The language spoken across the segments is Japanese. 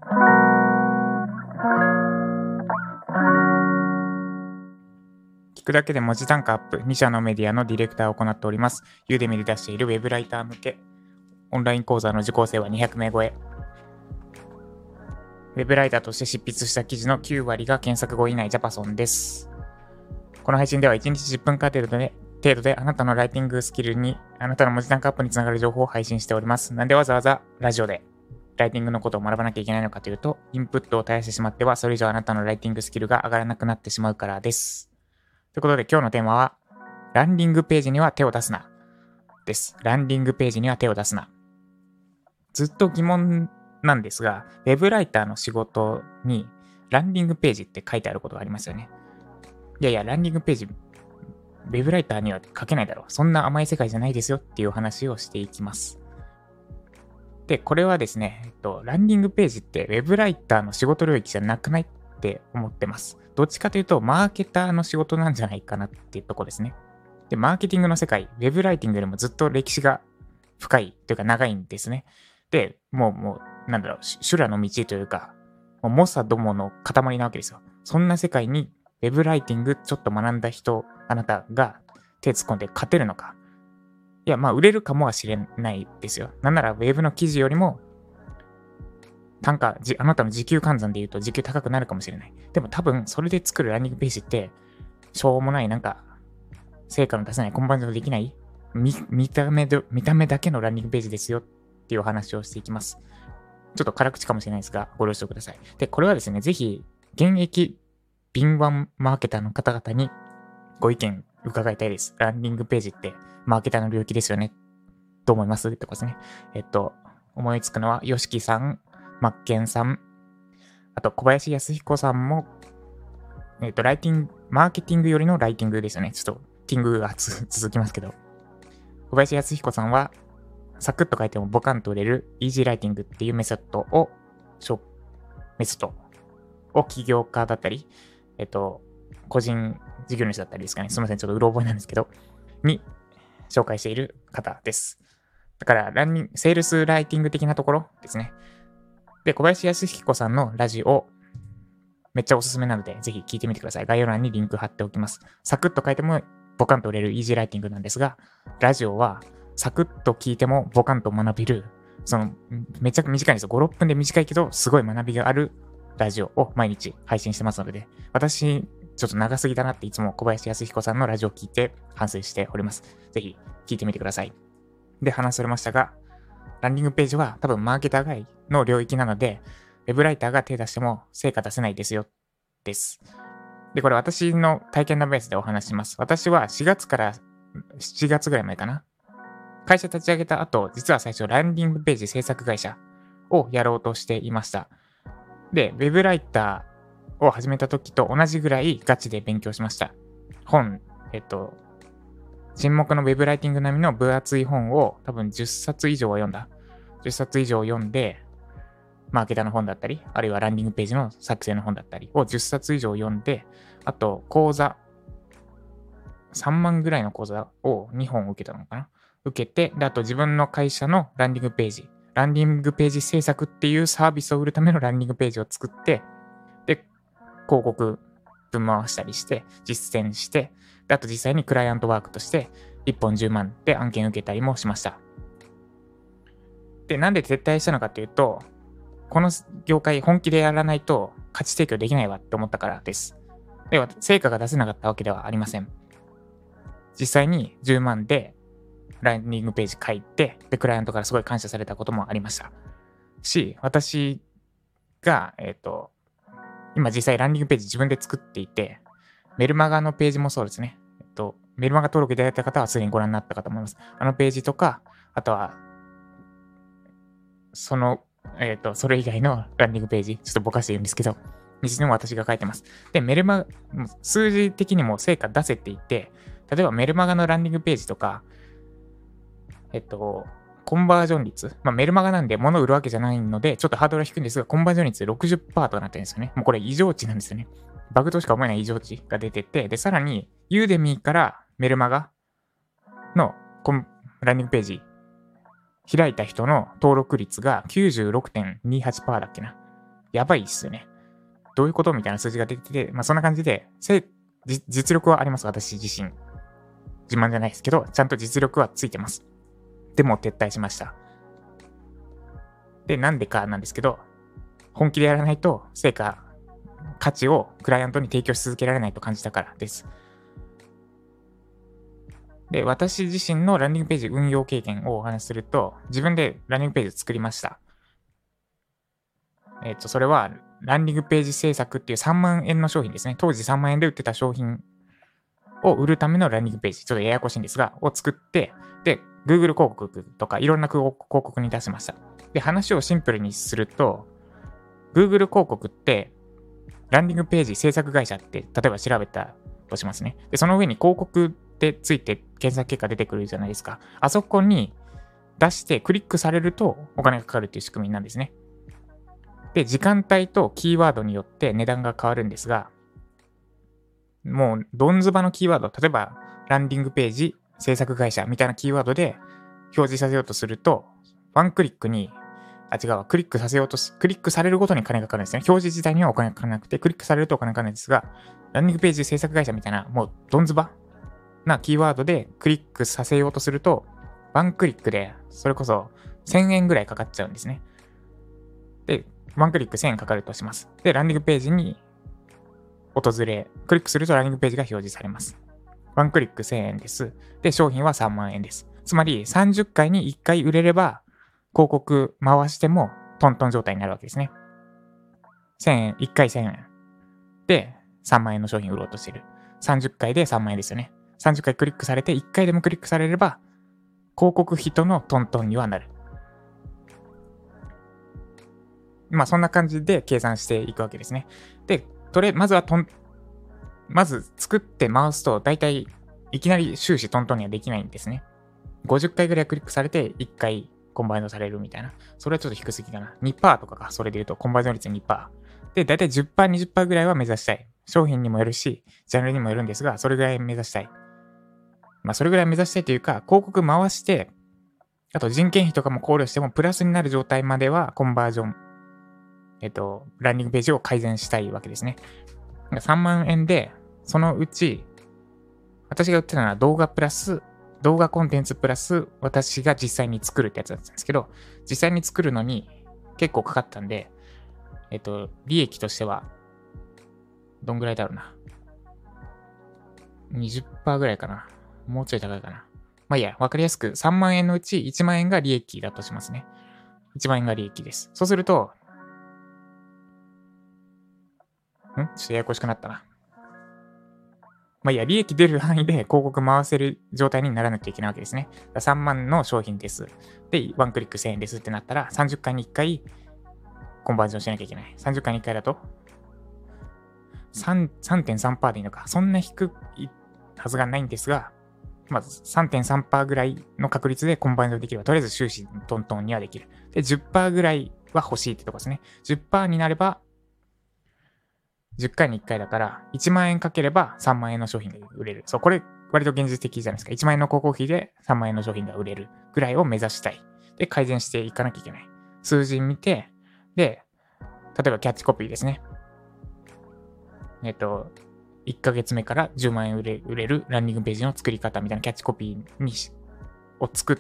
聞くだけで文字単価アップ、2社のメディアのディレクターを行っております。ユーデミで出しているウェブライター向けオンライン講座の受講生は200名超え。ウェブライターとして執筆した記事の9割が検索語以内ジャパソンです。この配信では1日10分間程度であなたのライティングスキルに、あなたの文字単価アップにつながる情報を配信しております。なんでわざわざラジオでライティングのことを学ばなきゃいけないのかというと、インプットを絶やしてしまっては、それ以上あなたのライティングスキルが上がらなくなってしまうからです。ということで今日のテーマは、ランディングページには手を出すなです。ランディングページには手を出すな。ずっと疑問なんですが、ウェブライターの仕事にランディングページって書いてあることがありますよね。いやいや、ランディングページ、ウェブライターには書けないだろう。そんな甘い世界じゃないですよっていう話をしていきます。で、これはですね、ランディングページってウェブライターの仕事領域じゃなくないって思ってます。どっちかというと、マーケターの仕事なんじゃないかなっていうとこですね。で、マーケティングの世界、ウェブライティングよりもずっと歴史が深いというか長いんですね。で、修羅の道というか、猛者どもの塊なわけですよ。そんな世界にウェブライティングちょっと学んだ人、あなたが手突っ込んで勝てるのか。いや、売れるかもはしれないですよ。なんならウェブの記事よりも単価、あなたの時給換算で言うと時給高くなるかもしれない。でも多分それで作るランディングページってしょうもない成果の出せないコンバージョンできない見た目だけのランディングページですよっていうお話をしていきます。ちょっと辛口かもしれないですが、ご了承ください。で、これはですね、ぜひ、現役敏腕マーケターの方々にご意見伺いたいです。ランディングページってマーケターの領域ですよね。どう思いますってことですね。思いつくのは、ヨシキさん、マッケンさん、あと小林康彦さんも、マーケティングよりのライティングですよね。ちょっと、ティングが続きますけど。小林康彦さんは、サクッと書いてもボカンと売れるイージーライティングっていうメソッドを起業家だったり、個人事業主だったりですかね。すみません、ちょっとうろ覚えなんですけど、に紹介している方です。だから、セールスライティング的なところですね。で、小林康彦さんのラジオ、めっちゃおすすめなので、ぜひ聞いてみてください。概要欄にリンク貼っておきます。サクッと書いてもボカンと売れるイージーライティングなんですが、ラジオはサクッと聞いてもボカンと学べる、めちゃくちゃ短いんですよ。5、6分で短いけど、すごい学びがあるラジオを毎日配信してますので、私、ちょっと長すぎだなっていつも小林康彦さんのラジオを聞いて反省しております。ぜひ聞いてみてください。で、話されましたが、ランディングページは多分マーケター外の領域なので、ウェブライターが手出しても成果出せないですよ、です。で、これ私の体験談ベースでお話します。私は4月から7月ぐらい前かな。会社立ち上げた後、実は最初ランディングページ制作会社をやろうとしていました。で、ウェブライターを始めた時と同じぐらいガチで勉強しました。沈黙のウェブライティング並みの分厚い本を多分10冊以上は読んだ。10冊以上読んで、マーケターの本だったり、あるいはランディングページの作成の本だったりを10冊以上読んで、あと講座、3万ぐらいの講座を2本受けたのかな。受けて、で、あと自分の会社のランディングページ制作っていうサービスを売るためのランディングページを作って、で、広告分回したりして、実践して、で、あと実際にクライアントワークとして1本10万で案件受けたりもしました。で、なんで撤退したのかっていうと、この業界本気でやらないと価値提供できないわって思ったからです。では、成果が出せなかったわけではありません。実際に10万でランディングページ書いて、で、クライアントからすごい感謝されたこともありました。私が、今実際ランディングページ自分で作っていて、メルマガのページもそうですね。メルマガ登録いただいた方はすでにご覧になったかと思います。あのページとか、あとは、それ以外のランディングページ、ちょっとぼかして言うんですけど、にも私が書いてます。で、数字的にも成果出せていて、例えばメルマガのランディングページとか、コンバージョン率。メルマガなんで物を売るわけじゃないので、ちょっとハードルは低いんですが、コンバージョン率 60% となってるんですよね。もうこれ異常値なんですよね。バグとしか思えない異常値が出てて、で、さらに、ユーデミーからメルマガのランディングページ開いた人の登録率が 96.28% だっけな。 やばいっすよね。どういうことみたいな数字が出てて、そんな感じで、実力はあります、私自身。自慢じゃないですけど、ちゃんと実力はついてます。でも撤退しました。で、なんでかなんですけど、本気でやらないと価値をクライアントに提供し続けられないと感じたからです。で、私自身のランディングページ運用経験をお話しすると、自分でランディングページ作りました。それは、ランディングページ制作っていう3万円の商品ですね。当時3万円で売ってた商品を売るためのランディングページ、ちょっとややこしいんですが、を作って、で、Google 広告とかいろんな広告に出しました。で、話をシンプルにすると、Google 広告って、ランディングページ制作会社って、例えば調べたとしますね。で、その上に広告ってついて検索結果出てくるじゃないですか。あそこに出してクリックされるとお金がかかるっていう仕組みなんですね。で、時間帯とキーワードによって値段が変わるんですが、もう、ドンズバのキーワード、例えば、ランディングページ制作会社みたいなキーワードで表示させようとすると、ワンクリックに、クリックされるごとに金がかかるんですね。表示自体にはお金がかからなくて、クリックされるとお金がかかるんですが、ランディングページ制作会社みたいな、もう、ドンズバなキーワードでクリックさせようとすると、ワンクリックで、それこそ1000円ぐらいかかっちゃうんですね。で、ワンクリック1000円かかるとします。で、ランディングページに訪れ、クリックするとランディングページが表示されます。ワンクリック1000円です。で、商品は3万円です。つまり30回に1回売れれば、広告回してもトントン状態になるわけですね。1000円、1回1000円。で、3万円の商品売ろうとしてる。30回で3万円ですよね。30回クリックされて、1回でもクリックされれば、広告費とのトントンにはなる。そんな感じで計算していくわけですね。で、まず作って回すと、だいたいいきなり終始トントンにはできないんですね。50回ぐらいクリックされて、1回コンバージョンされるみたいな。それはちょっと低すぎだな。2% とかか、それで言うと、コンバージョン率 2%。で、だいたい 10%、20% ぐらいは目指したい。商品にもよるし、ジャンルにもよるんですが、それぐらい目指したい。それぐらい目指したいというか、広告回して、あと人件費とかも考慮しても、プラスになる状態までは、コンバージョン、ランディングページを改善したいわけですね。3万円で、そのうち、私が売ってたのは動画コンテンツプラス、私が実際に作るってやつだったんですけど、実際に作るのに結構かかったんで、利益としては、どんぐらいだろうな。20% ぐらいかな。もうちょい高いかな。いいや、わかりやすく3万円のうち1万円が利益だとしますね。1万円が利益です。そうすると、ちょっとややこしくなったな。いいや、利益出る範囲で広告回せる状態にならなきゃいけないわけですね。3万の商品です。で、ワンクリック1000円ですってなったら、30回に1回コンバージョンしなきゃいけない。30回に1回だと、3.3% でいいのか。そんな低いはずがないんですが、3.3% ぐらいの確率でコンバージョンできれば、とりあえず収支トントンにはできる。で、10% ぐらいは欲しいってとこですね。10% になれば、10回に1回だから、1万円かければ3万円の商品が売れる。そう、これ、割と現実的じゃないですか。1万円の広告費で3万円の商品が売れるぐらいを目指したい。で、改善していかなきゃいけない。数字見て、で、例えばキャッチコピーですね。1ヶ月目から10万円売れるランディングページの作り方みたいなキャッチコピーを作って、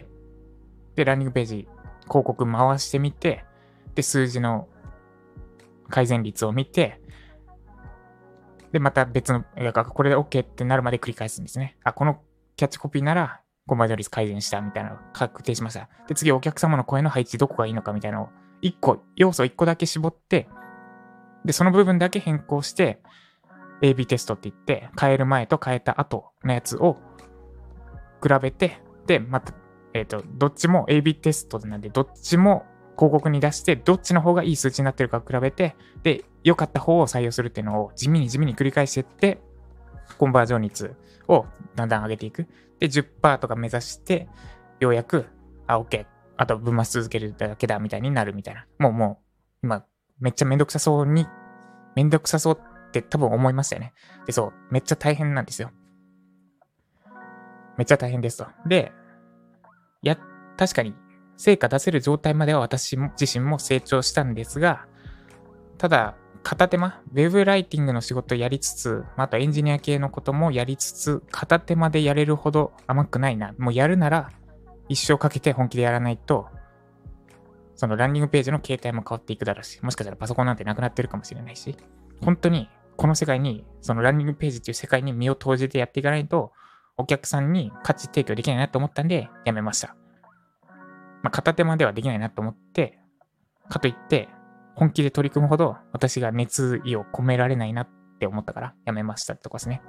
で、ランディングページ広告回してみて、で、数字の改善率を見て、で、また別の、これで OK ってなるまで繰り返すんですね。このキャッチコピーなら、コンバージョン率改善したみたいなのを確定しました。で、次、お客様の声の配置どこがいいのかみたいなのを、要素1個だけ絞って、で、その部分だけ変更して、AB テストって言って、変える前と変えた後のやつを比べて、で、また、どっちも AB テストなんで、どっちも広告に出して、どっちの方がいい数値になってるかを比べて、で、良かった方を採用するっていうのを地味に繰り返していって、コンバージョン率をだんだん上げていく。で、10% とか目指して、ようやく、OK。あと分増し続けるだけだみたいになるみたいな。もう、今、めっちゃめんどくさそうって多分思いましたよね。で、そう、めっちゃ大変なんですよ。めっちゃ大変ですと。で、確かに、成果出せる状態までは私自身も成長したんですが、 ただ、片手間、ウェブライティングの仕事やりつつ、あとエンジニア系のこともやりつつ、片手間でやれるほど甘くないな。もうやるなら、一生かけて本気でやらないと、そのランディングページの形態も変わっていくだろうし、もしかしたらパソコンなんてなくなってるかもしれないし、本当にこの世界に、そのランディングページっていう世界に身を投じてやっていかないと、お客さんに価値提供できないなと思ったんで、やめました。片手間ではできないなと思って、かといって、本気で取り組むほど私が熱意を込められないなって思ったからやめましたってとこですね。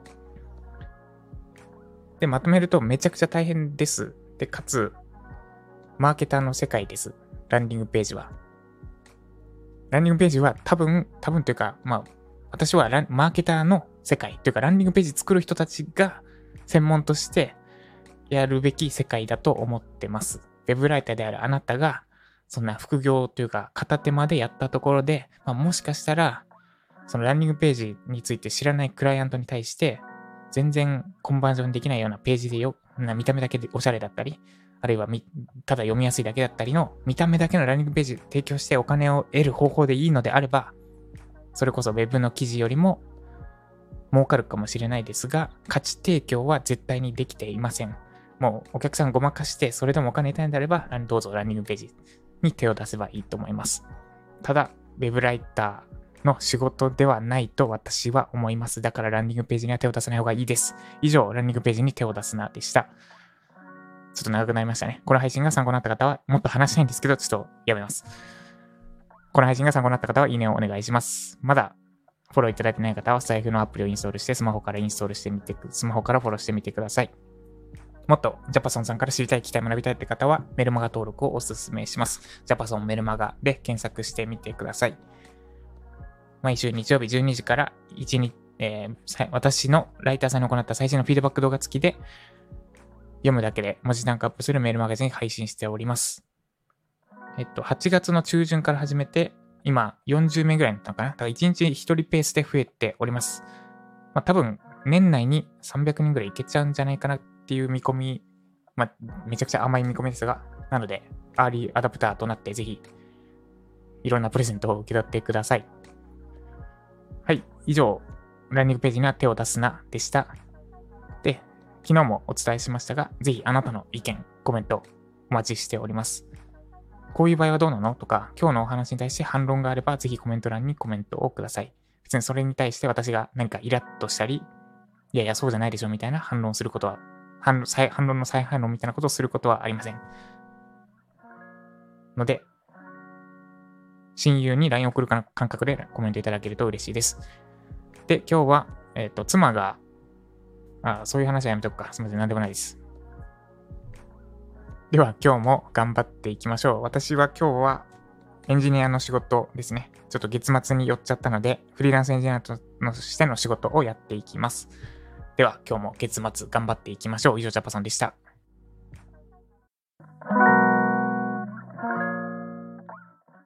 で、まとめるとめちゃくちゃ大変です。で、かつ、マーケターの世界です。ランディングページは。ランディングページは多分というか、私はマーケターの世界というか、ランディングページ作る人たちが専門としてやるべき世界だと思ってます。ウェブライターであるあなたが、そんな副業というか片手間でやったところで、もしかしたらそのランディングページについて知らないクライアントに対して全然コンバージョンできないようなページで見た目だけでおしゃれだったり、あるいはただ読みやすいだけだったりの見た目だけのランディングページ提供してお金を得る方法でいいのであれば、それこそ Web の記事よりも儲かるかもしれないですが、価値提供は絶対にできていません。もうお客さんごまかしてそれでもお金得たいのであれば、どうぞランディングページに手を出せばいいと思います。ただ、ウェブライターの仕事ではないと私は思います。だからランディングページには手を出さない方がいいです。以上、ランディングページに手を出すなでした。ちょっと長くなりましたね。この配信が参考になった方は、もっと話したいんですけど、ちょっとやめます。この配信が参考になった方は、いいねをお願いします。まだフォローいただいてない方は、スタイフのアプリをインストールして、スマホからフォローしてみてください。もっとジャパソンさんから知りたい、聞きたい、学びたいって方は、メルマガ登録をお勧めします。ジャパソンメルマガで検索してみてください。毎週日曜日12時から私のライターさんに行った最新のフィードバック動画付きで、読むだけで文字単価アップするメールマガジン配信しております。8月の中旬から始めて、今40名ぐらいになったのかな。だから1日1人ペースで増えております。多分、年内に300人ぐらいいけちゃうんじゃないかなっていう見込み、めちゃくちゃ甘い見込みですが、なので、アーリーアダプターとなってぜひ、いろんなプレゼントを受け取ってください。はい、以上、ランディングページには手を出すなでした。で、昨日もお伝えしましたが、ぜひあなたの意見、コメントお待ちしております。こういう場合はどうなのとか、今日のお話に対して反論があれば、ぜひコメント欄にコメントをください。別にそれに対して私が何かイラッとしたり、いやいやそうじゃないでしょみたいな反論することは、反論の再反論みたいなことをすることはありません。ので、親友に LINE 送る感覚でコメントいただけると嬉しいです。で、今日は、妻が、そういう話はやめとくか。すみません、なんでもないです。では、今日も頑張っていきましょう。私は今日はエンジニアの仕事ですね。ちょっと月末に寄っちゃったので、フリーランスエンジニアとしての仕事をやっていきます。では、今日も月末頑張っていきましょう。以上、ジャパソンでした。